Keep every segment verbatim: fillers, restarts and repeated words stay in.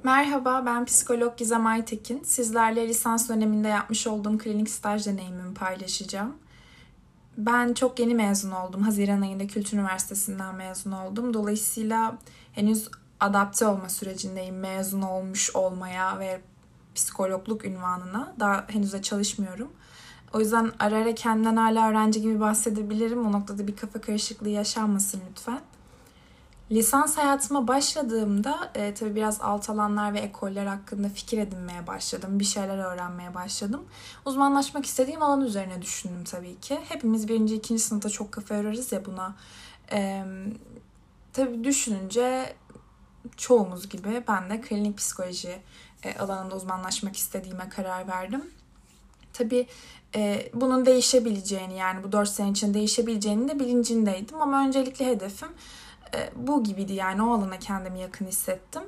Merhaba, ben psikolog Gizem Aytekin. Sizlerle lisans döneminde yapmış olduğum klinik staj deneyimimi paylaşacağım. Ben çok yeni mezun oldum. Haziran ayında Kültür Üniversitesi'nden mezun oldum. Dolayısıyla henüz adapte olma sürecindeyim mezun olmuş olmaya ve psikologluk unvanına. Daha henüz de çalışmıyorum. O yüzden ara ara kendimden hala öğrenci gibi bahsedebilirim. O noktada bir kafa karışıklığı yaşanmasın lütfen. Lisans hayatıma başladığımda e, tabii biraz alt alanlar ve ekoller hakkında fikir edinmeye başladım. Bir şeyler öğrenmeye başladım. Uzmanlaşmak istediğim alan üzerine düşündüm tabii ki. Hepimiz birinci, ikinci sınıfta çok kafa yorarız ya buna. E, tabii düşününce çoğumuz gibi ben de klinik psikoloji e, alanında uzmanlaşmak istediğime karar verdim. Tabii e, bunun değişebileceğini, yani bu dört sene için değişebileceğini de bilincindeydim. Ama öncelikli hedefim bu gibiydi, yani o alana kendimi yakın hissettim.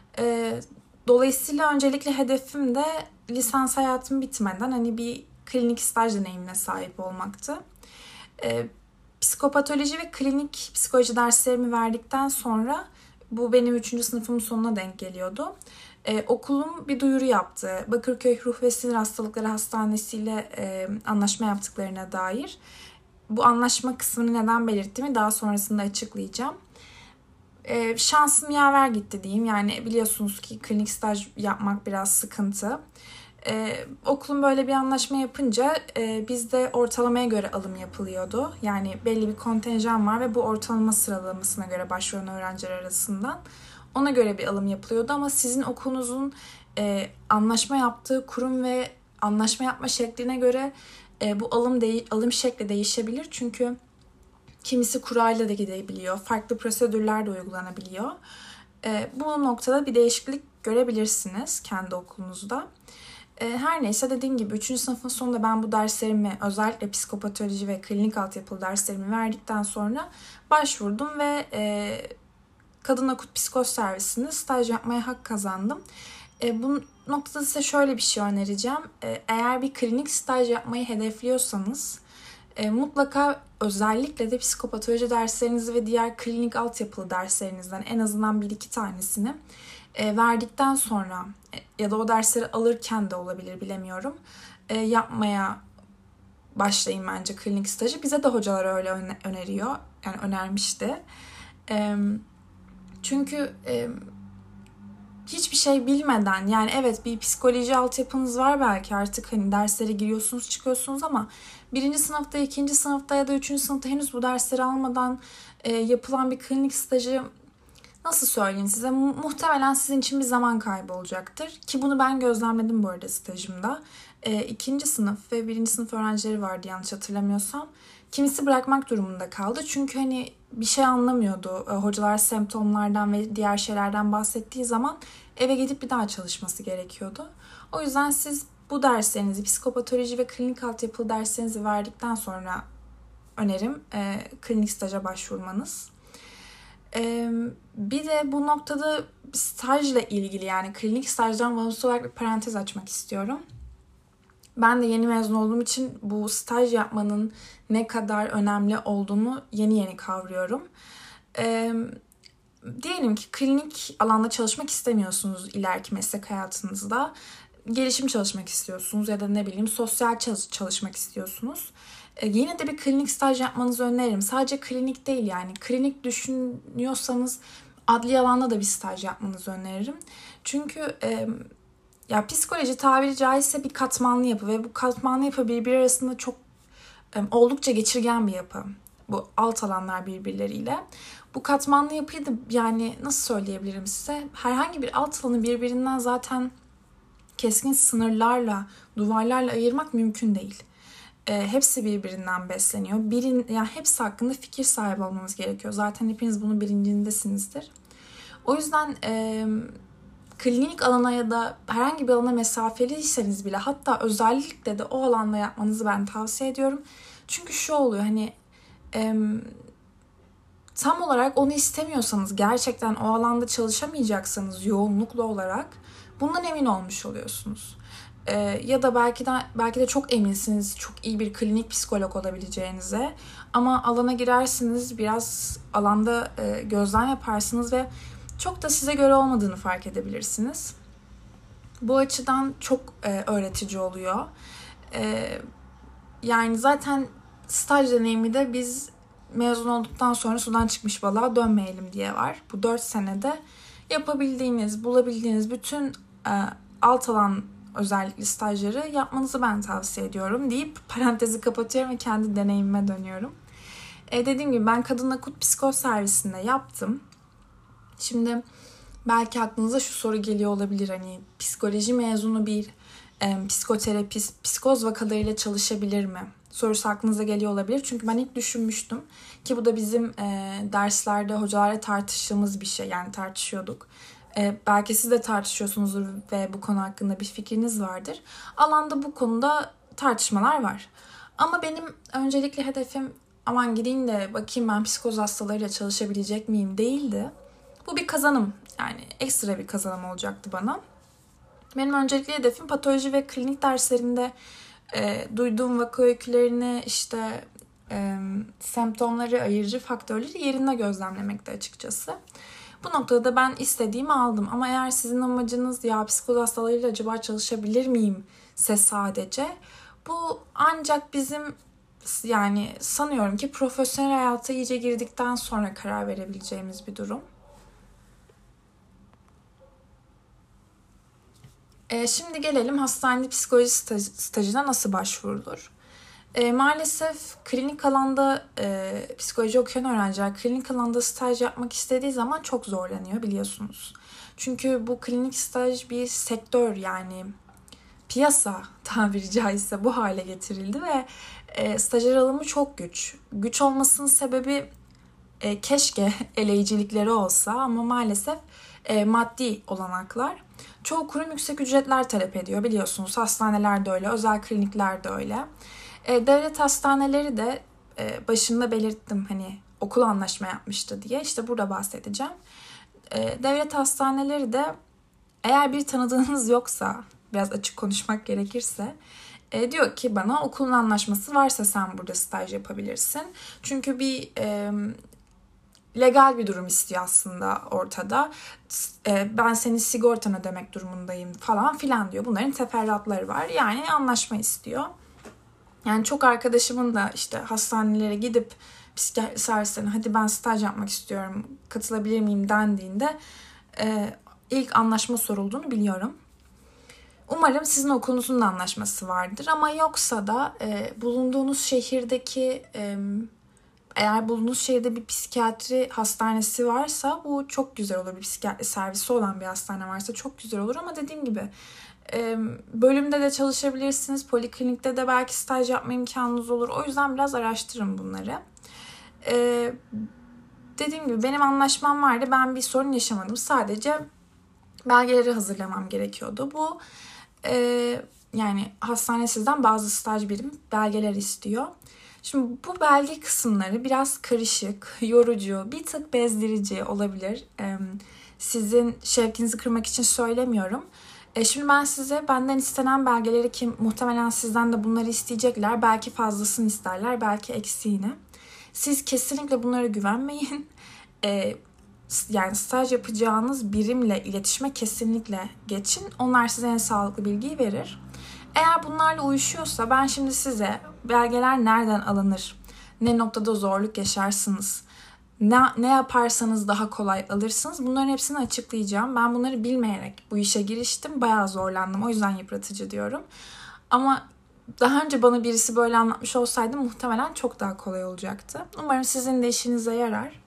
Dolayısıyla öncelikle hedefim de lisans hayatım bitmeden hani bir klinik staj deneyimine sahip olmaktı. Psikopatoloji ve klinik psikoloji derslerimi verdikten sonra bu benim üçüncü sınıfımın sonuna denk geliyordu. Ee, okulum bir duyuru yaptı. Bakırköy Ruh ve Sinir Hastalıkları Hastanesi ile e, anlaşma yaptıklarına dair. Bu anlaşma kısmını neden belirttiğimi daha sonrasında açıklayacağım. Ee, şansım yaver gitti diyeyim. Yani biliyorsunuz ki klinik staj yapmak biraz sıkıntı. Ee, okulun böyle bir anlaşma yapınca e, bizde ortalamaya göre alım yapılıyordu. Yani belli bir kontenjan var ve bu ortalama sıralamasına göre başvuran öğrenciler arasından ona göre bir alım yapılıyordu. Ama sizin okulunuzun e, anlaşma yaptığı kurum ve anlaşma yapma şekline göre e, bu alım de- alım şekli değişebilir. Çünkü kimisi kurayla da gidebiliyor. Farklı prosedürler de uygulanabiliyor. E, bu noktada bir değişiklik görebilirsiniz kendi okulunuzda. E, her neyse, dediğim gibi üçüncü sınıfın sonunda ben bu derslerimi, özellikle psikopatoloji ve klinik altyapılı derslerimi verdikten sonra başvurdum ve e, Kadın Akut Psikoz Servisi'nde staj yapmaya hak kazandım. E, bu noktada size şöyle bir şey önereceğim. E, eğer bir klinik staj yapmayı hedefliyorsanız E, mutlaka özellikle de psikopatoloji derslerinizi ve diğer klinik altyapılı derslerinizden en azından bir iki tanesini e, verdikten sonra e, ya da o dersleri alırken de olabilir, bilemiyorum, e, yapmaya başlayın bence klinik stajı. Bize de hocalar öyle öne- öneriyor. Yani önermişti. E, çünkü e, hiçbir şey bilmeden, yani evet bir psikoloji altyapınız var belki, artık hani derslere giriyorsunuz çıkıyorsunuz, ama birinci sınıfta, ikinci sınıfta ya da üçüncü sınıfta henüz bu dersleri almadan e, yapılan bir klinik stajı, nasıl söyleyeyim size, mu- muhtemelen sizin için bir zaman kaybı olacaktır. Ki bunu ben gözlemledim bu arada stajımda. E, ikinci sınıf ve birinci sınıf öğrencileri vardı yanlış hatırlamıyorsam. Kimisi bırakmak durumunda kaldı. Çünkü hani bir şey anlamıyordu. E, hocalar semptomlardan ve diğer şeylerden bahsettiği zaman eve gidip bir daha çalışması gerekiyordu. O yüzden siz bu derslerinizi, psikopatoloji ve klinik altyapılı derslerinizi verdikten sonra önerim e, klinik staja başvurmanız. E, bir de bu noktada stajla ilgili, yani klinik stajdan bağımsız olarak bir parantez açmak istiyorum. Ben de yeni mezun olduğum için bu staj yapmanın ne kadar önemli olduğunu yeni yeni kavruyorum. Ee, diyelim ki klinik alanda çalışmak istemiyorsunuz ileriki meslek hayatınızda. Gelişim çalışmak istiyorsunuz ya da ne bileyim sosyal çalışmak istiyorsunuz. Ee, yine de bir klinik staj yapmanızı öneririm. Sadece klinik değil, yani klinik düşünüyorsanız adli alanda da bir staj yapmanızı öneririm. Çünkü E, Ya psikoloji tabiri caizse bir katmanlı yapı ve bu katmanlı yapı birbiri arasında çok e, oldukça geçirgen bir yapı. Bu alt alanlar birbirleriyle. Bu katmanlı yapıyı da, yani nasıl söyleyebilirim size? Herhangi bir alt alanı birbirinden zaten keskin sınırlarla, duvarlarla ayırmak mümkün değil. E, hepsi birbirinden besleniyor. Birin, yani hepsi hakkında fikir sahibi olmanız gerekiyor. Zaten hepiniz bunun bilincindesinizdir. O yüzden E, klinik alana ya da herhangi bir alana mesafeliyseniz bile, hatta özellikle de o alanda yapmanızı ben tavsiye ediyorum. Çünkü şu oluyor, hani e, tam olarak onu istemiyorsanız, gerçekten o alanda çalışamayacaksanız yoğunluklu olarak, bundan emin olmuş oluyorsunuz. E, ya da belki de belki de çok eminsiniz çok iyi bir klinik psikolog olabileceğinize, ama alana girersiniz, biraz alanda e, gözlem yaparsınız ve çok da size göre olmadığını fark edebilirsiniz. Bu açıdan çok e, öğretici oluyor. E, yani zaten staj deneyimi de biz mezun olduktan sonra sudan çıkmış balığa dönmeyelim diye var. Bu dört senede yapabildiğiniz, bulabildiğiniz bütün e, alt alan özellikle stajları yapmanızı ben tavsiye ediyorum deyip parantezi kapatıyorum ve kendi deneyimime dönüyorum. E, dediğim gibi ben kadın akut psikoz servisinde yaptım. Şimdi belki aklınıza şu soru geliyor olabilir. Hani psikoloji mezunu bir e, psikoterapist psikoz vakalarıyla çalışabilir mi? Sorusu aklınıza geliyor olabilir. Çünkü ben ilk düşünmüştüm ki bu da bizim e, derslerde hocalarla tartıştığımız bir şey. Yani tartışıyorduk. E, belki siz de tartışıyorsunuzdur ve bu konu hakkında bir fikriniz vardır. Alanda bu konuda tartışmalar var. Ama benim öncelikle hedefim aman gideyim de bakayım ben psikoz hastalarıyla çalışabilecek miyim değildi. Bu bir kazanım. Yani ekstra bir kazanım olacaktı bana. Benim öncelikli hedefim patoloji ve klinik derslerinde e, duyduğum vaka öykülerini, işte e, semptomları, ayırıcı faktörleri yerinde gözlemlemekti açıkçası. Bu noktada da ben istediğimi aldım. Ama eğer sizin amacınız ya psikoz hastalarıyla acaba çalışabilir miyim ise sadece, bu ancak bizim yani sanıyorum ki profesyonel hayata iyice girdikten sonra karar verebileceğimiz bir durum. E, şimdi gelelim hastane psikoloji staj, stajına nasıl başvurulur? E, maalesef klinik alanda e, psikoloji okuyan öğrenciler klinik alanda staj yapmak istediği zaman çok zorlanıyor biliyorsunuz. Çünkü bu klinik staj bir sektör, yani piyasa tabiri caizse bu hale getirildi ve e, stajyer alımı çok güç. Güç olmasının sebebi e, keşke eleyicilikleri olsa ama maalesef e, maddi olanaklar. Çoğu kurum yüksek ücretler talep ediyor biliyorsunuz. Hastaneler de öyle, özel klinikler de öyle. E, devlet hastaneleri de e, başında belirttim hani okul anlaşma yapmıştı diye. İşte burada bahsedeceğim. E, devlet hastaneleri de eğer bir tanıdığınız yoksa, biraz açık konuşmak gerekirse, e, diyor ki bana okulun anlaşması varsa sen burada staj yapabilirsin. Çünkü bir e, legal bir durum istiyor aslında ortada. E, ben senin sigortanı ödemek durumundayım falan filan diyor. Bunların teferruatları var. Yani anlaşma istiyor. Yani çok arkadaşımın da işte hastanelere gidip psikiyatri servislerine hadi ben staj yapmak istiyorum, katılabilir miyim dendiğinde e, ilk anlaşma sorulduğunu biliyorum. Umarım sizin okulunuzun da anlaşması vardır ama yoksa da e, bulunduğunuz şehirdeki e, eğer bulunduğunuz şehirde bir psikiyatri hastanesi varsa bu çok güzel olur. Bir psikiyatri servisi olan bir hastane varsa çok güzel olur ama dediğim gibi bölümde de çalışabilirsiniz. Poliklinikte de belki staj yapma imkanınız olur. O yüzden biraz araştırın bunları. Ee, dediğim gibi benim anlaşmam vardı. Ben bir sorun yaşamadım. Sadece belgeleri hazırlamam gerekiyordu. Bu e, yani hastane sizden bazı staj birim belgeler istiyor. Şimdi bu belge kısımları biraz karışık, yorucu, bir tık bezdirici olabilir. Ee, sizin şevkinizi kırmak için söylemiyorum. E şimdi ben size benden istenen belgeleri, ki muhtemelen sizden de bunları isteyecekler. Belki fazlasını isterler, belki eksiğini. Siz kesinlikle bunlara güvenmeyin. E, yani staj yapacağınız birimle iletişime kesinlikle geçin. Onlar size en sağlıklı bilgiyi verir. Eğer bunlarla uyuşuyorsa ben şimdi size belgeler nereden alınır, ne noktada zorluk yaşarsınız, Ne, ne yaparsanız daha kolay alırsınız, bunların hepsini açıklayacağım. Ben bunları bilmeyerek bu işe giriştim. Bayağı zorlandım. O yüzden yıpratıcı diyorum. Ama daha önce bana birisi böyle anlatmış olsaydı muhtemelen çok daha kolay olacaktı. Umarım sizin de işinize yarar.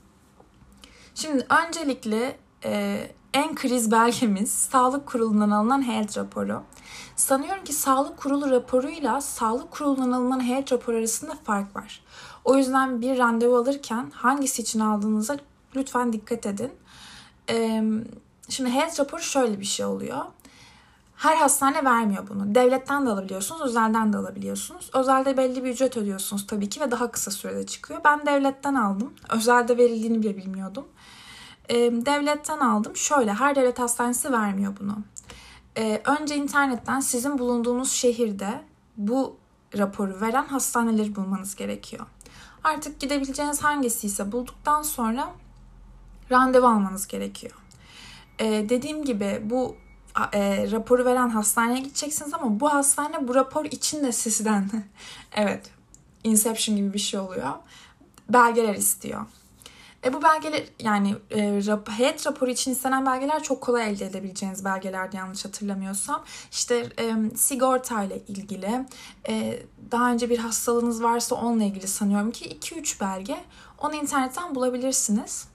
Şimdi öncelikle e, en kriz belgemiz Sağlık Kurulu'ndan alınan heyet raporu. Sanıyorum ki Sağlık Kurulu raporuyla Sağlık Kurulu'ndan alınan heyet raporu arasında fark var. O yüzden bir randevu alırken hangisi için aldığınıza lütfen dikkat edin. Ee, şimdi heyet raporu şöyle bir şey oluyor. Her hastane vermiyor bunu. Devletten de alabiliyorsunuz, özelden de alabiliyorsunuz. Özelde belli bir ücret ödüyorsunuz tabii ki ve daha kısa sürede çıkıyor. Ben devletten aldım. Özelde verildiğini bile bilmiyordum. Ee, devletten aldım. Şöyle, her devlet hastanesi vermiyor bunu. Ee, önce internetten sizin bulunduğunuz şehirde bu raporu veren hastaneleri bulmanız gerekiyor. Artık gidebileceğiniz hangisiyse bulduktan sonra randevu almanız gerekiyor. Ee, dediğim gibi bu e, raporu veren hastaneye gideceksiniz ama bu hastane bu rapor için de sizden evet, Inception gibi bir şey oluyor. Belgeler istiyor. E bu belgeler yani e, rap, heyet raporu için istenen belgeler çok kolay elde edebileceğiniz belgelerdi yanlış hatırlamıyorsam. İşte e, sigorta ile ilgili, e, daha önce bir hastalığınız varsa onunla ilgili sanıyorum ki iki üç belge. Onu internetten bulabilirsiniz.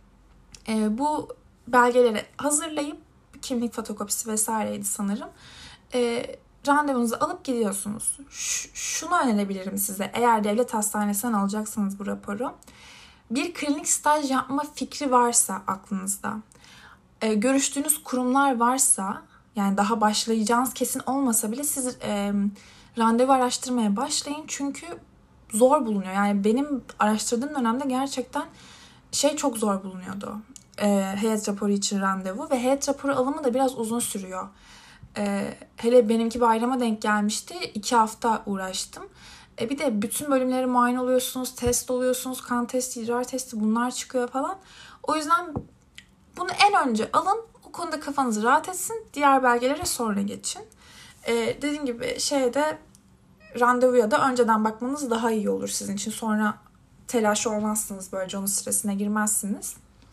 E, bu belgeleri hazırlayıp kimlik fotokopisi vesaireydi sanırım. E, randevunuzu alıp gidiyorsunuz. Ş- şunu önerebilirim size eğer devlet hastanesinden alacaksanız bu raporu. Bir klinik staj yapma fikri varsa aklınızda, e, görüştüğünüz kurumlar varsa, yani daha başlayacağınız kesin olmasa bile siz e, randevu araştırmaya başlayın. Çünkü zor bulunuyor. Yani benim araştırdığım dönemde gerçekten şey çok zor bulunuyordu. E, heyet raporu için randevu ve heyet raporu alımı da biraz uzun sürüyor. E, hele benimki bayrama denk gelmişti. iki hafta uğraştım. E bir de bütün bölümleri muayene oluyorsunuz, test oluyorsunuz, kan testi, idrar testi bunlar çıkıyor falan. O yüzden bunu en önce alın, o konuda kafanız rahat etsin, diğer belgelere sonra geçin. E, dediğim gibi şeyde randevuya da önceden bakmanız daha iyi olur sizin için. Sonra telaş olmazsınız, böylece onun stresine girmezsiniz.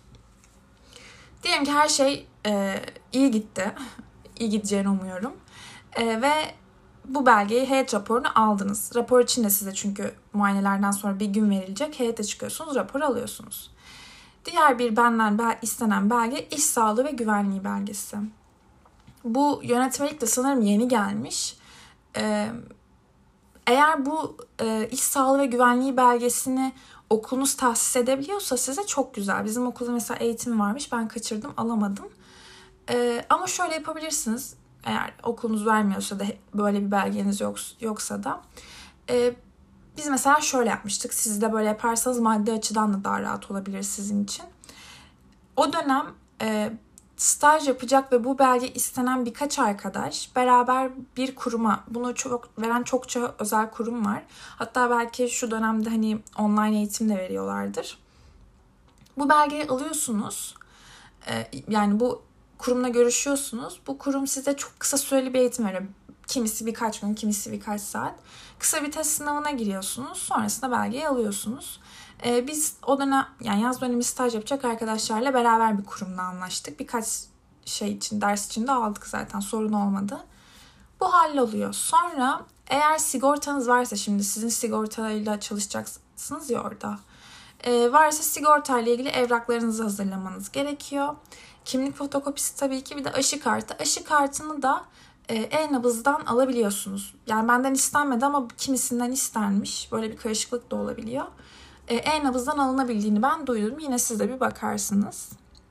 Diyelim ki her şey e, iyi gitti, iyi gideceğini umuyorum e, ve bu belgeyi, heyet raporunu aldınız. Rapor için de size çünkü muayenelerden sonra bir gün verilecek. Heyete çıkıyorsunuz, raporu alıyorsunuz. Diğer bir benden istenen belge iş sağlığı ve güvenliği belgesi. Bu yönetmelik de sanırım yeni gelmiş. Ee, eğer bu e, iş sağlığı ve güvenliği belgesini okulunuz tahsis edebiliyorsa size çok güzel. Bizim okulda mesela eğitim varmış. Ben kaçırdım, alamadım. Ee, ama şöyle yapabilirsiniz. Eğer okulunuz vermiyorsa da böyle bir belgeniz yok, yoksa da e, biz mesela şöyle yapmıştık. Siz de böyle yaparsanız maddi açıdan da daha rahat olabilir sizin için. O dönem e, staj yapacak ve bu belge istenen birkaç arkadaş beraber bir kuruma, bunu çok veren çokça özel kurum var. Hatta belki şu dönemde hani online eğitim de veriyorlardır. Bu belgeyi alıyorsunuz. E, yani bu kurumla görüşüyorsunuz. Bu kurum size çok kısa süreli bir eğitim veriyor. Kimisi birkaç gün, kimisi birkaç saat. Kısa bir test sınavına giriyorsunuz. Sonrasında belgeyi alıyorsunuz. Ee, biz o dönem, yani yaz dönemi staj yapacak arkadaşlarla beraber bir kurumla anlaştık. Birkaç şey için, ders için de aldık zaten. Sorun olmadı. Bu halloluyor. Sonra eğer sigortanız varsa, şimdi sizin sigortayla çalışacaksınız ya orada. Ee, varsa sigortayla ilgili evraklarınızı hazırlamanız gerekiyor. Kimlik fotokopisi tabii ki, bir de aşı kartı. Aşı kartını da e, e-nabızdan alabiliyorsunuz. Yani benden istenmedi ama kimisinden istenmiş. Böyle bir karışıklık da olabiliyor. E, e-nabızdan alınabildiğini ben duydum. Yine siz de bir bakarsınız.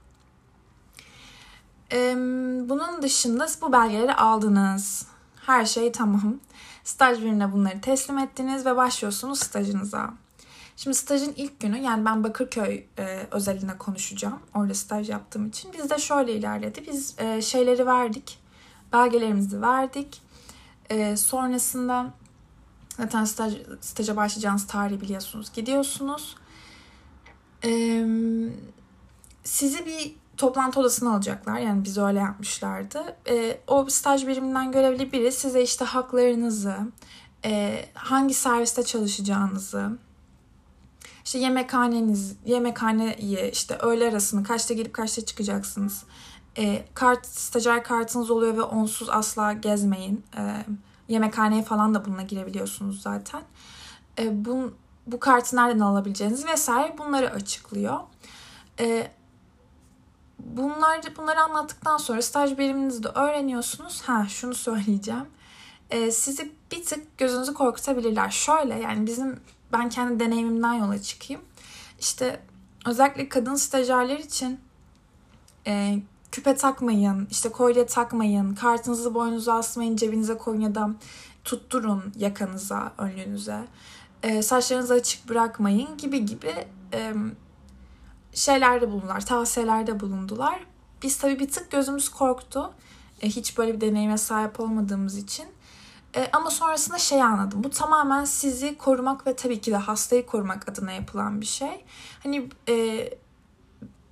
E, bunun dışında bu belgeleri aldınız. Her şey tamam. Staj birine bunları teslim ettiniz ve başlıyorsunuz stajınıza. Şimdi stajın ilk günü, yani ben Bakırköy e, özelinde konuşacağım. Orada staj yaptığım için. Biz de şöyle ilerledi. Biz e, şeyleri verdik. Belgelerimizi verdik. E, sonrasında zaten staj, staja başlayacağınız tarihi biliyorsunuz. Gidiyorsunuz. E, sizi bir toplantı odasına alacaklar. Yani bizi öyle yapmışlardı. E, o staj biriminden görevli biri size işte haklarınızı, e, hangi serviste çalışacağınızı, İşte yemekhaneniz, yemekhaneyi, işte öğle arasını, kaçta girip kaçta çıkacaksınız. E, kart, stajyer kartınız oluyor ve onsuz asla gezmeyin. E, yemekhaneye falan da bununla girebiliyorsunuz zaten. E, bu, bu kartı nereden alabileceğinizi vesaire bunları açıklıyor. E, bunlar, bunları anlattıktan sonra staj biriminizi de öğreniyorsunuz. Ha, şunu söyleyeceğim. E, sizi bir tık gözünüzü korkutabilirler. Şöyle, yani bizim... Ben kendi deneyimimden yola çıkayım. İşte özellikle kadın stajyerler için e, küpe takmayın, işte kolye takmayın, kartınızı boynunuza asmayın, cebinize koyun ya da tutturun yakanıza, önlüğünüze. E, saçlarınızı açık bırakmayın gibi gibi e, şeylerde bulundular, tavsiyelerde bulundular. Biz tabii bir tık gözümüz korktu. E, hiç böyle bir deneyime sahip olmadığımız için. E, ama sonrasında şey anladım. Bu tamamen sizi korumak ve tabii ki de hastayı korumak adına yapılan bir şey. Hani e,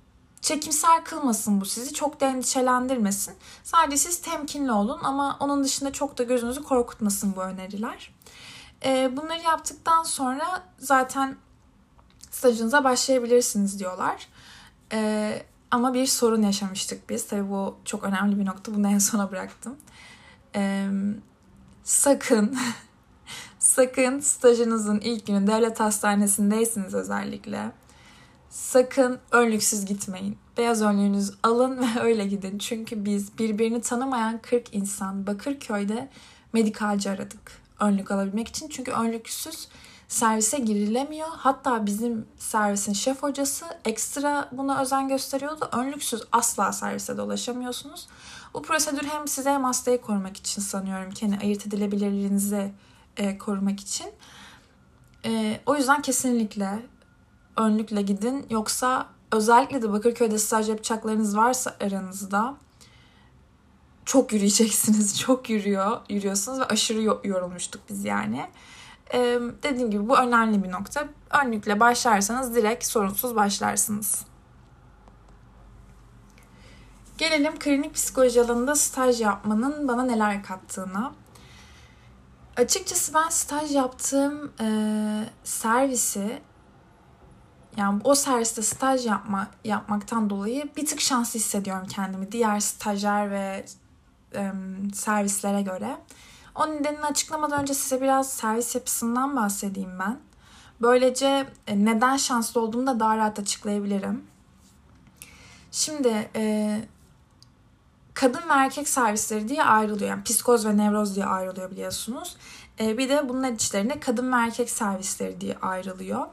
çekimser kılmasın bu sizi. Çok da endişelendirmesin. Sadece siz temkinli olun ama onun dışında çok da gözünüzü korkutmasın bu öneriler. Ee, bunları yaptıktan sonra zaten stajınıza başlayabilirsiniz diyorlar. Ee, ama bir sorun yaşamıştık biz. Tabii bu çok önemli bir nokta. Bunu en sona bıraktım. Ee, sakın sakın stajınızın ilk günü devlet hastanesindeysiniz özellikle. Sakın önlüksüz gitmeyin. Beyaz önlüğünüzü alın ve öyle gidin. Çünkü biz birbirini tanımayan kırk insan Bakırköy'de medikalci aradık önlük alabilmek için. Çünkü önlüksüz servise girilemiyor. Hatta bizim servisin şef hocası ekstra buna özen gösteriyordu. Önlüksüz asla servise dolaşamıyorsunuz. Bu prosedür hem size hem hastayı korumak için sanıyorum ki hani ayırt edilebilirliğinizi e, korumak için. E, o yüzden kesinlikle önlükle gidin. Yoksa özellikle de Bakırköy'de staj yapacaklarınız varsa aranızda çok yürüyeceksiniz. Çok yürüyor, yürüyorsunuz ve aşırı yorulmuştuk biz yani. Ee, dediğim gibi bu önemli bir nokta. Önlükle başlarsanız direkt sorunsuz başlarsınız. Gelelim klinik psikoloji alanında staj yapmanın bana neler kattığına. Açıkçası ben staj yaptığım e, servisi, yani o serviste staj yapma, yapmaktan dolayı bir tık şanslı hissediyorum kendimi diğer stajyer ve e, servislere göre. O nedenini açıklamadan önce size biraz servis yapısından bahsedeyim ben. Böylece e, neden şanslı olduğumu da daha rahat açıklayabilirim. Şimdi e, kadın ve erkek servisleri diye ayrılıyor. Yani psikoz ve nevroz diye ayrılıyor biliyorsunuz. E, bir de bunun içlerinde kadın ve erkek servisleri diye ayrılıyor.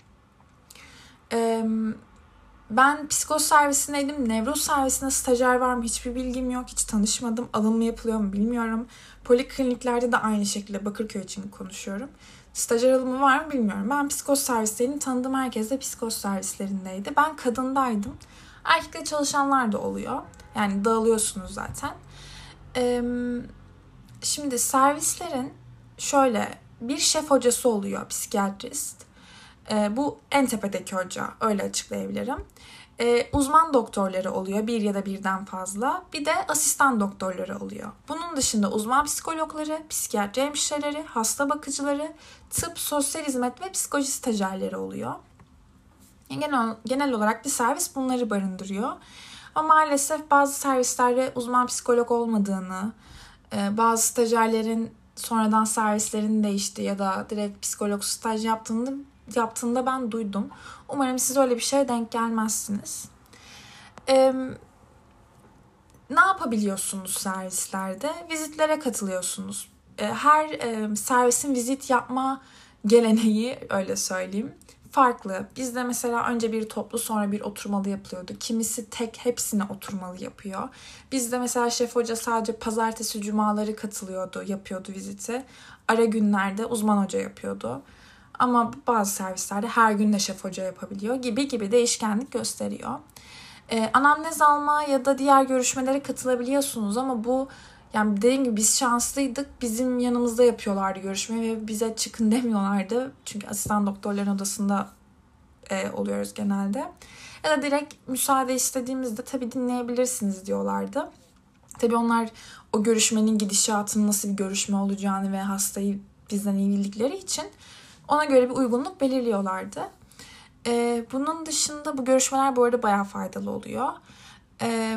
E, ben psikoz servisindeydim. Nevroz servisinde stajyer var mı hiçbir bilgim yok. Hiç tanışmadım. Alım mı yapılıyor mu bilmiyorum. Polikliniklerde de aynı şekilde Bakırköy için konuşuyorum. Stajyer alımı var mı bilmiyorum. Ben psikoz servislerini tanıdığım herkes de psikoz servislerindeydi. Ben kadındaydım. Erkekle çalışanlar da oluyor. Yani dağılıyorsunuz zaten. Ee, şimdi servislerin şöyle bir şef hocası oluyor, psikiyatrist. Ee, bu en tepedeki hoca, öyle açıklayabilirim. Ee, uzman doktorları oluyor, bir ya da birden fazla. Bir de asistan doktorları oluyor. Bunun dışında uzman psikologları, psikiyatri hemşireleri, hasta bakıcıları, tıp, sosyal hizmet ve psikoloji stajyerleri oluyor. Genel, genel olarak bir servis bunları barındırıyor. Ama maalesef bazı servislerde uzman psikolog olmadığını, bazı stajyerlerin sonradan servislerini değişti ya da direkt psikolog staj yaptığını, yaptığında ben duydum. Umarım siz öyle bir şeye denk gelmezsiniz. Ee, ne yapabiliyorsunuz servislerde? Vizitlere katılıyorsunuz. Ee, her e, servisin vizit yapma geleneği, öyle söyleyeyim, farklı. Bizde mesela önce bir toplu sonra bir oturmalı yapılıyordu. Kimisi tek hepsine oturmalı yapıyor. Bizde mesela şef hoca sadece pazartesi cumaları katılıyordu, yapıyordu viziti. Ara günlerde uzman hoca yapıyordu. Ama bazı servislerde her gün de şef hoca yapabiliyor gibi gibi değişkenlik gösteriyor. Ee, anamnez alma ya da diğer görüşmelere katılabiliyorsunuz ama bu, yani dediğim gibi biz şanslıydık. Bizim yanımızda yapıyorlardı görüşmeyi ve bize çıkın demiyorlardı. Çünkü asistan doktorların odasında e, oluyoruz genelde. Ya da direkt müsaade istediğimizde tabii dinleyebilirsiniz diyorlardı. Tabii onlar o görüşmenin gidişatının nasıl bir görüşme olacağını ve hastayı bizden iyi bildikleri için ona göre bir uygunluk belirliyorlardı. Ee, bunun dışında bu görüşmeler bu arada bayağı faydalı oluyor. Ee,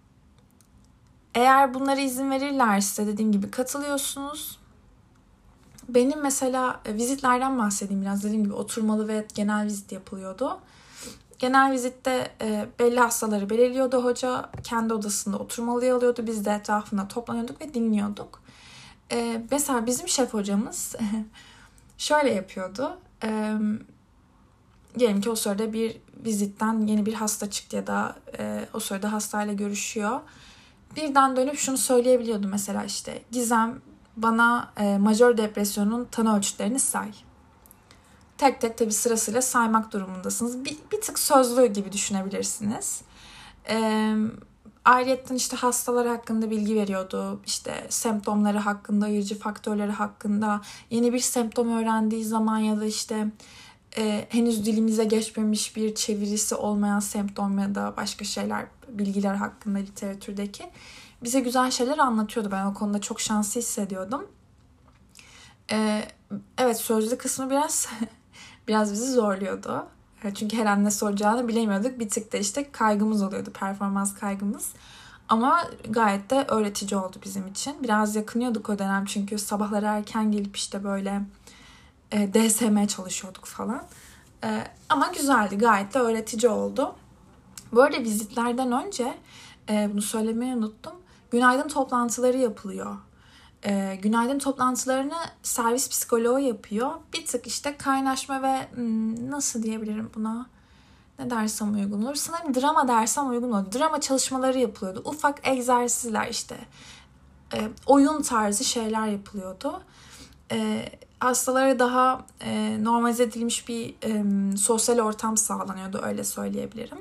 eğer bunlara izin verirlerse dediğim gibi katılıyorsunuz. Benim mesela vizitlerden bahsedeyim biraz. Dediğim gibi oturmalı ve genel vizit yapılıyordu. Genel vizitte e, belli hastaları belirliyordu hoca. Kendi odasında oturmalıya alıyordu. Biz de etrafında toplanıyorduk ve dinliyorduk. E, mesela bizim şef hocamız şöyle yapıyordu. E, diyelim ki o sırada bir vizitten yeni bir hasta çıktı ya da e, o sırada hastayla görüşüyor. Birden dönüp şunu söyleyebiliyordu mesela, işte Gizem bana e, majör depresyonun tanı ölçütlerini say. Tek tek tabii sırasıyla saymak durumundasınız. Bir, bir tık sözlü gibi düşünebilirsiniz. E, ayrıca işte hastalar hakkında bilgi veriyordu. İşte semptomları hakkında, ayırıcı faktörleri hakkında. Yeni bir semptom öğrendiği zaman ya da işte e, henüz dilimize geçmemiş bir çevirisi olmayan semptom ya da başka şeyler, bilgiler hakkında literatürdeki bize güzel şeyler anlatıyordu. Ben o konuda çok şanslı hissediyordum. E, evet, sözlü kısmı biraz biraz bizi zorluyordu. Çünkü her an ne soracağını bilemiyorduk. Bir tık da işte kaygımız oluyordu, performans kaygımız. Ama gayet de öğretici oldu bizim için. Biraz yakınıyorduk o dönem çünkü sabahları erken gelip işte böyle e, D S M çalışıyorduk falan. E, ama güzeldi, gayet de öğretici oldu. Bu arada vizitlerden önce e, bunu söylemeyi unuttum. Günaydın toplantıları yapılıyor. E, günaydın toplantılarını servis psikoloğu yapıyor. Bir tık işte kaynaşma ve hmm, nasıl diyebilirim buna? Ne dersem uygun olur? Sanırım drama dersem uygun olur. Drama çalışmaları yapılıyordu. Ufak egzersizler işte. E, oyun tarzı şeyler yapılıyordu. E, hastalara daha e, normalize edilmiş bir e, sosyal ortam sağlanıyordu. Öyle söyleyebilirim.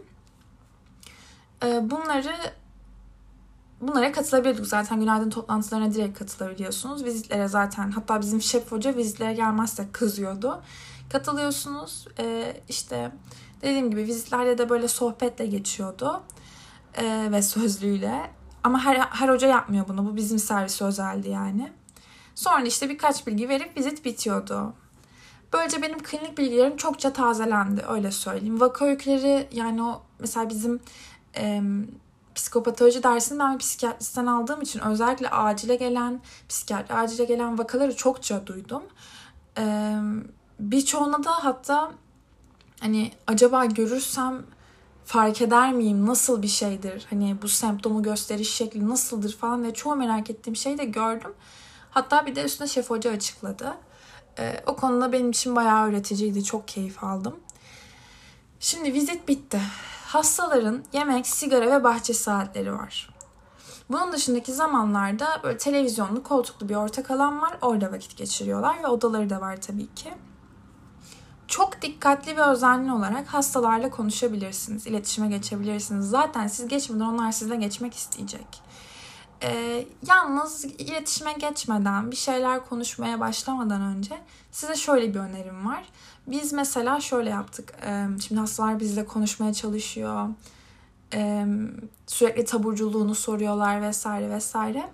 E, bunları Bunlara katılabiliyorduk. Zaten günaydın toplantılarına direkt katılabiliyorsunuz. Vizitlere zaten, hatta bizim şef hoca vizitlere gelmezse kızıyordu. Katılıyorsunuz. Ee, işte dediğim gibi vizitlerde de böyle sohbetle geçiyordu. Ee, ve sözlüyle. Ama her, her hoca yapmıyor bunu. Bu bizim servise özeldi yani. Sonra işte birkaç bilgi verip vizit bitiyordu. Böylece benim klinik bilgilerim çokça tazelendi. Öyle söyleyeyim. Vaka öyküleri, yani o mesela bizim E, psikopatoloji dersini ben bir psikiyatristten aldığım için özellikle acile gelen, psikiyatri acile gelen vakaları çokça duydum. Ee, birçoğuna da hatta hani acaba görürsem fark eder miyim, nasıl bir şeydir, hani bu semptomu gösteriş şekli nasıldır falan ve çoğu merak ettiğim şeyi de gördüm. Hatta bir de üstüne şef hoca açıkladı. Ee, o konuda benim için bayağı öğreticiydi, çok keyif aldım. Şimdi vizit bitti. Hastaların yemek, sigara ve bahçe saatleri var. Bunun dışındaki zamanlarda böyle televizyonlu, koltuklu bir ortak alan var. Orada vakit geçiriyorlar ve odaları da var tabii ki. Çok dikkatli ve özenli olarak hastalarla konuşabilirsiniz, iletişime geçebilirsiniz. Zaten siz geçmeden onlar sizle geçmek isteyecek. Ee, yalnız iletişime geçmeden, bir şeyler konuşmaya başlamadan önce size şöyle bir önerim var. Biz mesela şöyle yaptık. Ee, şimdi hastalar bizle konuşmaya çalışıyor. Ee, sürekli taburculuğunu soruyorlar vesaire vesaire.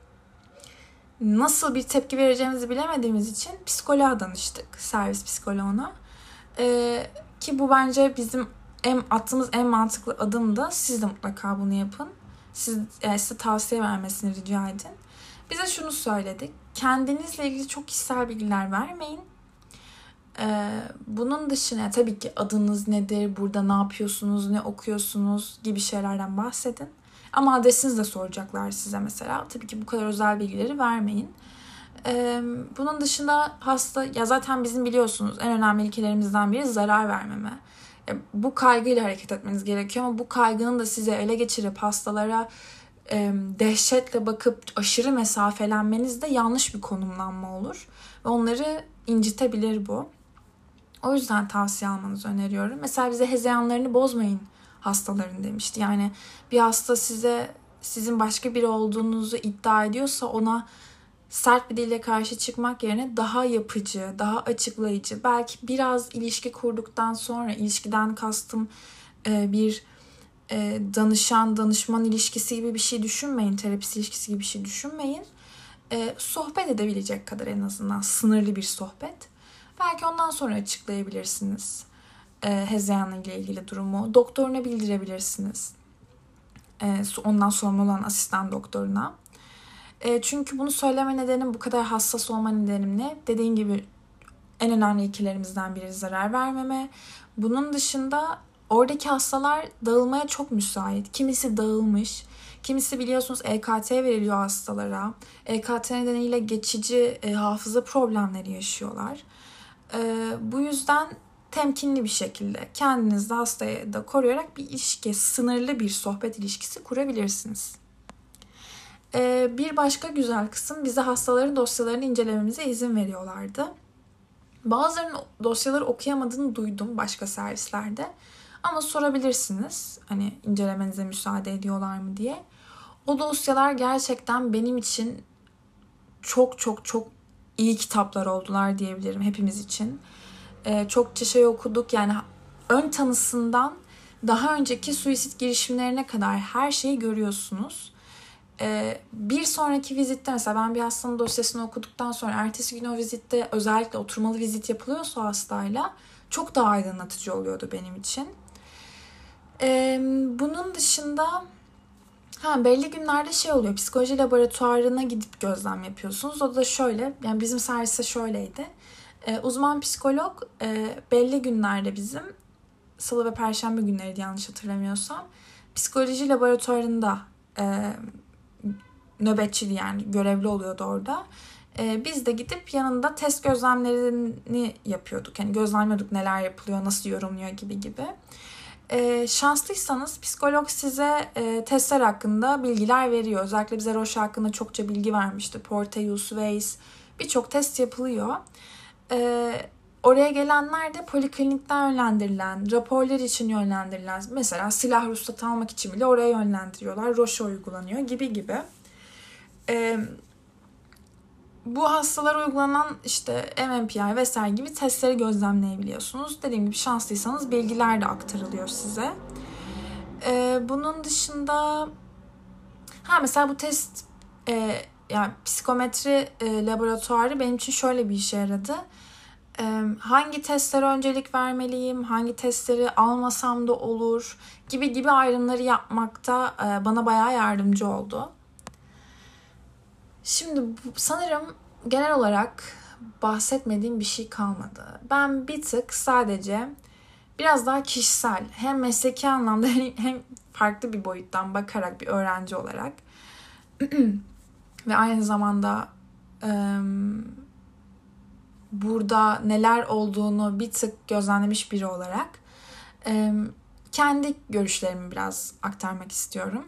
Nasıl bir tepki vereceğimizi bilemediğimiz için psikoloğa danıştık. Servis psikoloğuna. Ee, ki bu bence bizim en, attığımız en mantıklı adım da, siz de mutlaka bunu yapın. Siz, yani size tavsiye vermesini rica edin. Bize şunu söyledik. Kendinizle ilgili çok kişisel bilgiler vermeyin. Ee, bunun dışında tabii ki adınız nedir, burada ne yapıyorsunuz, ne okuyorsunuz gibi şeylerden bahsedin. Ama adresinizi de soracaklar size mesela. Tabii ki bu kadar özel bilgileri vermeyin. Ee, bunun dışında hasta, ya zaten bizim biliyorsunuz en önemli ilkelerimizden biri zarar vermeme. Ya, bu kaygıyla hareket etmeniz gerekiyor ama bu kaygının da size ele geçirip hastalara e, dehşetle bakıp aşırı mesafelenmeniz de yanlış bir konumlanma olur. Ve onları incitebilir bu. O yüzden tavsiye almanızı öneriyorum. Mesela bize hezeyanlarını bozmayın hastaların demişti. Yani bir hasta size sizin başka biri olduğunuzu iddia ediyorsa ona sert bir dille karşı çıkmak yerine daha yapıcı, daha açıklayıcı, belki biraz ilişki kurduktan sonra, ilişkiden kastım bir danışan danışman ilişkisi gibi bir şey düşünmeyin, terapist ilişkisi gibi bir şey düşünmeyin. Sohbet edebilecek kadar, en azından sınırlı bir sohbet. Belki ondan sonra açıklayabilirsiniz e, hezeyanla ilgili durumu. Doktoruna bildirebilirsiniz. E, ondan sorumlu olan asistan doktoruna. E, çünkü bunu söyleme nedenim, bu kadar hassas olma nedenim ne? Dediğim gibi en önemli ilkelerimizden biri zarar vermeme. Bunun dışında oradaki hastalar dağılmaya çok müsait. Kimisi dağılmış. Kimisi biliyorsunuz E K T veriliyor hastalara. E K T nedeniyle geçici e, hafıza problemleri yaşıyorlar. Ee, bu yüzden temkinli bir şekilde kendinizi de hastayı da koruyarak bir ilişki, sınırlı bir sohbet ilişkisi kurabilirsiniz. Ee, bir başka güzel kısım, bize hastaların dosyalarını incelememize izin veriyorlardı. Bazılarının dosyaları okuyamadığını duydum başka servislerde. Ama sorabilirsiniz, hani incelemenize müsaade ediyorlar mı diye. O dosyalar gerçekten benim için çok çok çok iyi kitaplar oldular diyebilirim, hepimiz için. E, çokça şey okuduk. Yani ön tanısından daha önceki suisit girişimlerine kadar her şeyi görüyorsunuz. E, bir sonraki vizitte mesela ben bir hastanın dosyasını okuduktan sonra ertesi gün o vizitte özellikle oturmalı vizit yapılıyorsa hastayla çok daha aydınlatıcı oluyordu benim için. E, bunun dışında ha, belli günlerde şey oluyor, psikoloji laboratuvarına gidip gözlem yapıyorsunuz. O da şöyle, yani bizim serviste şöyleydi. E, uzman psikolog e, belli günlerde bizim, salı ve perşembe günleri yanlış hatırlamıyorsam, psikoloji laboratuvarında e, nöbetçiydi, yani görevli oluyordu orada. E, biz de gidip yanında test gözlemlerini yapıyorduk. Yani gözlemliyorduk neler yapılıyor, nasıl yorumluyor gibi gibi. E, şanslıysanız psikolog size e, testler hakkında bilgiler veriyor. Özellikle bize Roche hakkında çokça bilgi vermişti. Porteus, Weiss, birçok test yapılıyor. E, oraya gelenler de poliklinikten yönlendirilen, raporlar için yönlendirilen, mesela silah ruhsatı almak için bile oraya yönlendiriyorlar. Roche uygulanıyor gibi gibi. E, bu hastalara uygulanan işte M M P I vesaire gibi testleri gözlemleyebiliyorsunuz. Dediğim gibi şanslıysanız bilgiler de aktarılıyor size. Ee, bunun dışında ha mesela bu test e, yani psikometri e, laboratuvarı benim için şöyle bir işe yaradı. E, hangi testlere öncelik vermeliyim, hangi testleri almasam da olur gibi gibi ayrımları yapmakta e, bana bayağı yardımcı oldu. Şimdi sanırım genel olarak bahsetmediğim bir şey kalmadı. Ben bir tık sadece biraz daha kişisel, hem mesleki anlamda hem farklı bir boyuttan bakarak bir öğrenci olarak ve aynı zamanda e, burada neler olduğunu bir tık gözlemlemiş biri olarak e, kendi görüşlerimi biraz aktarmak istiyorum.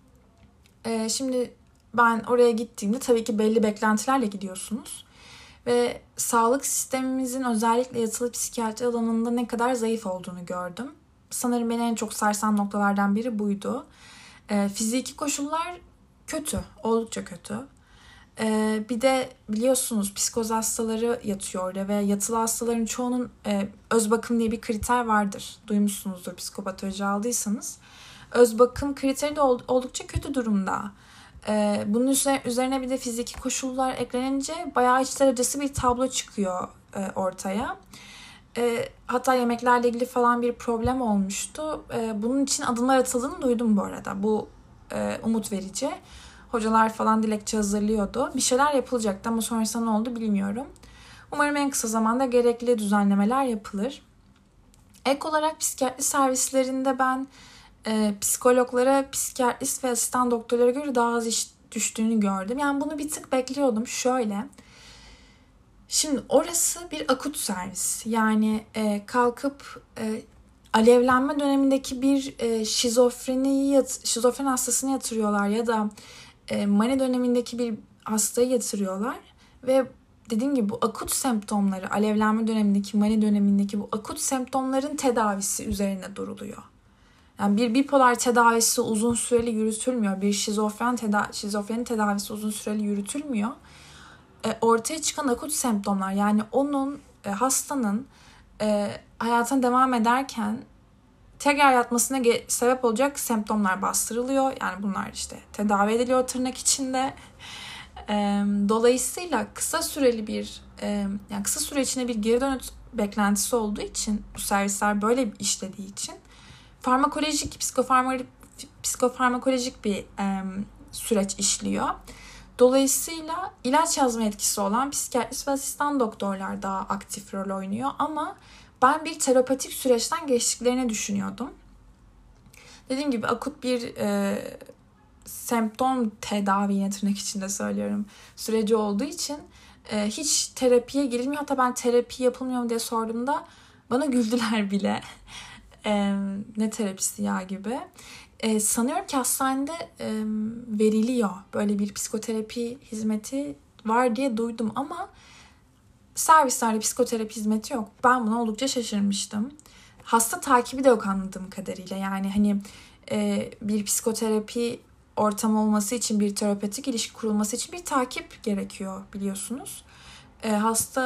E, şimdi ben oraya gittiğimde tabii ki belli beklentilerle gidiyorsunuz. Ve sağlık sistemimizin özellikle yatılı psikiyatri alanında ne kadar zayıf olduğunu gördüm. Sanırım beni en çok sarsan noktalardan biri buydu. E, fiziki koşullar kötü, oldukça kötü. E, bir de biliyorsunuz psikoz hastaları yatıyor orada ve yatılı hastaların çoğunun e, öz bakım diye bir kriter vardır. Duymuşsunuzdur psikopatoloji aldıysanız. Öz bakım kriteri de oldukça kötü durumda. Bunun üzerine bir de fiziki koşullar eklenince bayağı içler acısı bir tablo çıkıyor ortaya. Hatta yemeklerle ilgili falan bir problem olmuştu. Bunun için adımlar atıldığını duydum bu arada. Bu umut verici. Hocalar falan dilekçe hazırlıyordu. Bir şeyler yapılacaktı ama sonrasında ne oldu bilmiyorum. Umarım en kısa zamanda gerekli düzenlemeler yapılır. Ek olarak psikiyatri servislerinde ben E, psikologlara, psikiyatrist ve asistan doktorlara göre daha az iş düştüğünü gördüm. Yani bunu bir tık bekliyordum. Şöyle, şimdi orası bir akut servis. Yani e, kalkıp e, alevlenme dönemindeki bir e, şizofreni yat, şizofren hastasını yatırıyorlar ya da e, mani dönemindeki bir hastayı yatırıyorlar ve dediğim gibi bu akut semptomları, alevlenme dönemindeki, mani dönemindeki bu akut semptomların tedavisi üzerine duruluyor. Yani bir bipolar tedavisi uzun süreli yürütülmüyor. Bir şizofren teda- şizofrenin tedavisi uzun süreli yürütülmüyor. E, ortaya çıkan akut semptomlar, yani onun e, hastanın e, hayatına devam ederken tekrar yatmasına ge- sebep olacak semptomlar bastırılıyor. Yani bunlar işte tedavi ediliyor tırnak içinde. E, dolayısıyla kısa süreli bir e, yani kısa süre içinde bir geri dönüş beklentisi olduğu için, bu servisler böyle işlediği için farmakolojik, psikofarma, psikofarmakolojik bir e, süreç işliyor. Dolayısıyla ilaç yazma etkisi olan psikiyatrist ve asistan doktorlar daha aktif rol oynuyor. Ama ben bir terapatik süreçten geçtiklerini düşünüyordum. Dediğim gibi akut bir e, semptom tedavi, yine tırnak içinde söylüyorum, süreci olduğu için e, hiç terapiye girilmiyor. Hatta ben terapi yapılmıyor mu diye sorduğumda bana güldüler bile. Ee, ne terapisi ya gibi. Ee, sanıyorum ki hastanede e, veriliyor. Böyle bir psikoterapi hizmeti var diye duydum ama servislerde psikoterapi hizmeti yok. Ben buna oldukça şaşırmıştım. Hasta takibi de yok anladığım kadarıyla. Yani hani e, bir psikoterapi ortamı olması için, bir terapötik ilişki kurulması için bir takip gerekiyor biliyorsunuz. E, hasta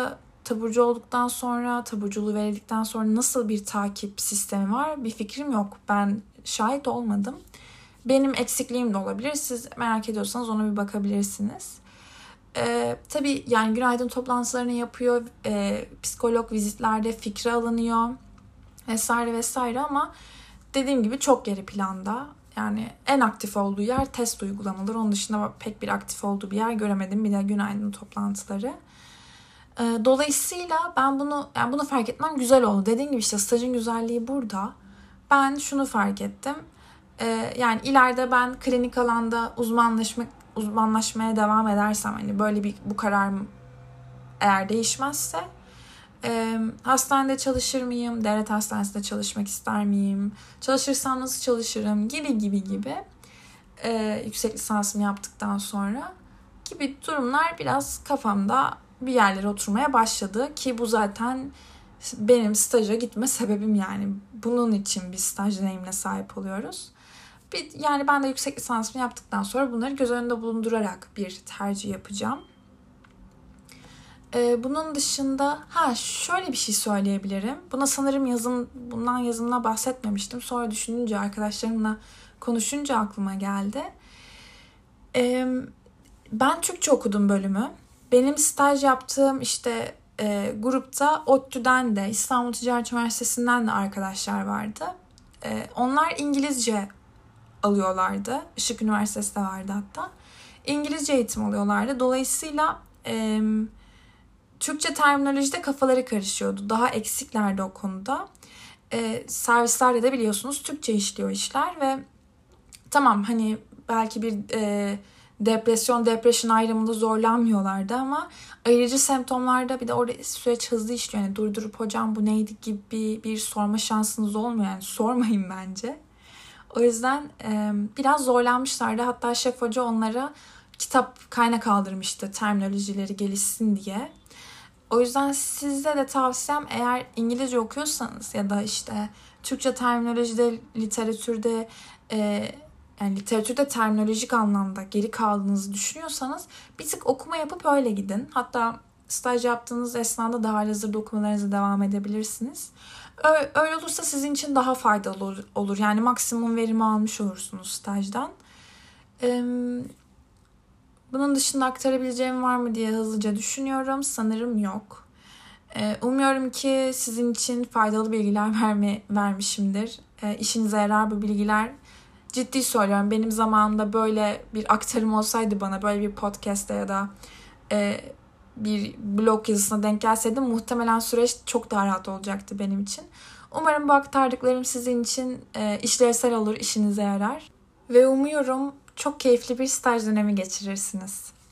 taburcu olduktan sonra, taburculuğu verildikten sonra nasıl bir takip sistemi var bir fikrim yok. Ben şahit olmadım. Benim eksikliğim de olabilir. Siz merak ediyorsanız ona bir bakabilirsiniz. Ee, tabii yani günaydın toplantılarını yapıyor. E, psikolog vizitlerde fikri alınıyor. Vesaire vesaire ama dediğim gibi çok geri planda. Yani en aktif olduğu yer test uygulamaları. Onun dışında pek bir aktif olduğu bir yer göremedim. Bir de günaydın toplantıları. Ee, dolayısıyla ben bunu yani bunu fark etmem güzel oldu. Dediğim gibi işte stajın güzelliği burada. Ben şunu fark ettim. Ee, yani ileride ben klinik alanda uzmanlaşmak uzmanlaşmaya devam edersem hani böyle bir bu kararım eğer değişmezse e, hastanede çalışır mıyım? Devlet hastanesinde çalışmak ister miyim? Çalışırsam nasıl çalışırım? Gibi gibi gibi e, yüksek lisansımı yaptıktan sonra gibi durumlar biraz kafamda bir yerlere oturmaya başladı ki bu zaten benim staja gitme sebebim yani. Bunun için bir staj deneyimine sahip oluyoruz. Bir, yani ben de yüksek lisansımı yaptıktan sonra bunları göz önünde bulundurarak bir tercih yapacağım. Ee, bunun dışında ha şöyle bir şey söyleyebilirim. Buna sanırım yazın bundan yazımla bahsetmemiştim. Sonra düşününce arkadaşlarımla konuşunca aklıma geldi. Ee, ben Türkçe okudum bölümü. Benim staj yaptığım işte e, grupta ODTÜ'den de İstanbul Ticaret Üniversitesi'nden de arkadaşlar vardı. E, onlar İngilizce alıyorlardı. Işık Üniversitesi de vardı hatta. İngilizce eğitim alıyorlardı. Dolayısıyla e, Türkçe terminolojide kafaları karışıyordu. Daha eksiklerdi o konuda. E, servislerde de biliyorsunuz Türkçe işliyor işler ve tamam hani belki bir e, depresyon, depression ayrımında zorlanmıyorlardı ama ayırıcı semptomlarda bir de orada süreç hızlı işliyor. Yani durdurup hocam bu neydi gibi bir sorma şansınız olmuyor. Yani sormayın bence. O yüzden e, biraz zorlanmışlardı. Hatta şef hoca onlara kitap kaynak aldırmıştı terminolojileri gelişsin diye. O yüzden size de tavsiyem eğer İngilizce okuyorsanız ya da işte Türkçe terminolojide, literatürde e, yani literatürde terminolojik anlamda geri kaldığınızı düşünüyorsanız bir tık okuma yapıp öyle gidin. Hatta staj yaptığınız esnada da halihazırda okumalarınıza devam edebilirsiniz. Öyle olursa sizin için daha faydalı olur. Yani maksimum verimi almış olursunuz stajdan. Bunun dışında aktarabileceğim var mı diye hızlıca düşünüyorum. Sanırım yok. Umuyorum ki sizin için faydalı bilgiler verme, vermişimdir. İşinize yarar bu bilgiler. Ciddi söylüyorum. Benim zamanımda böyle bir aktarım olsaydı bana böyle bir podcast'te ya da e, bir blog yazısına denk gelseydi muhtemelen süreç çok daha rahat olacaktı benim için. Umarım bu aktardıklarım sizin için e, işlevsel olur, işinize yarar. Ve umuyorum çok keyifli bir staj dönemi geçirirsiniz.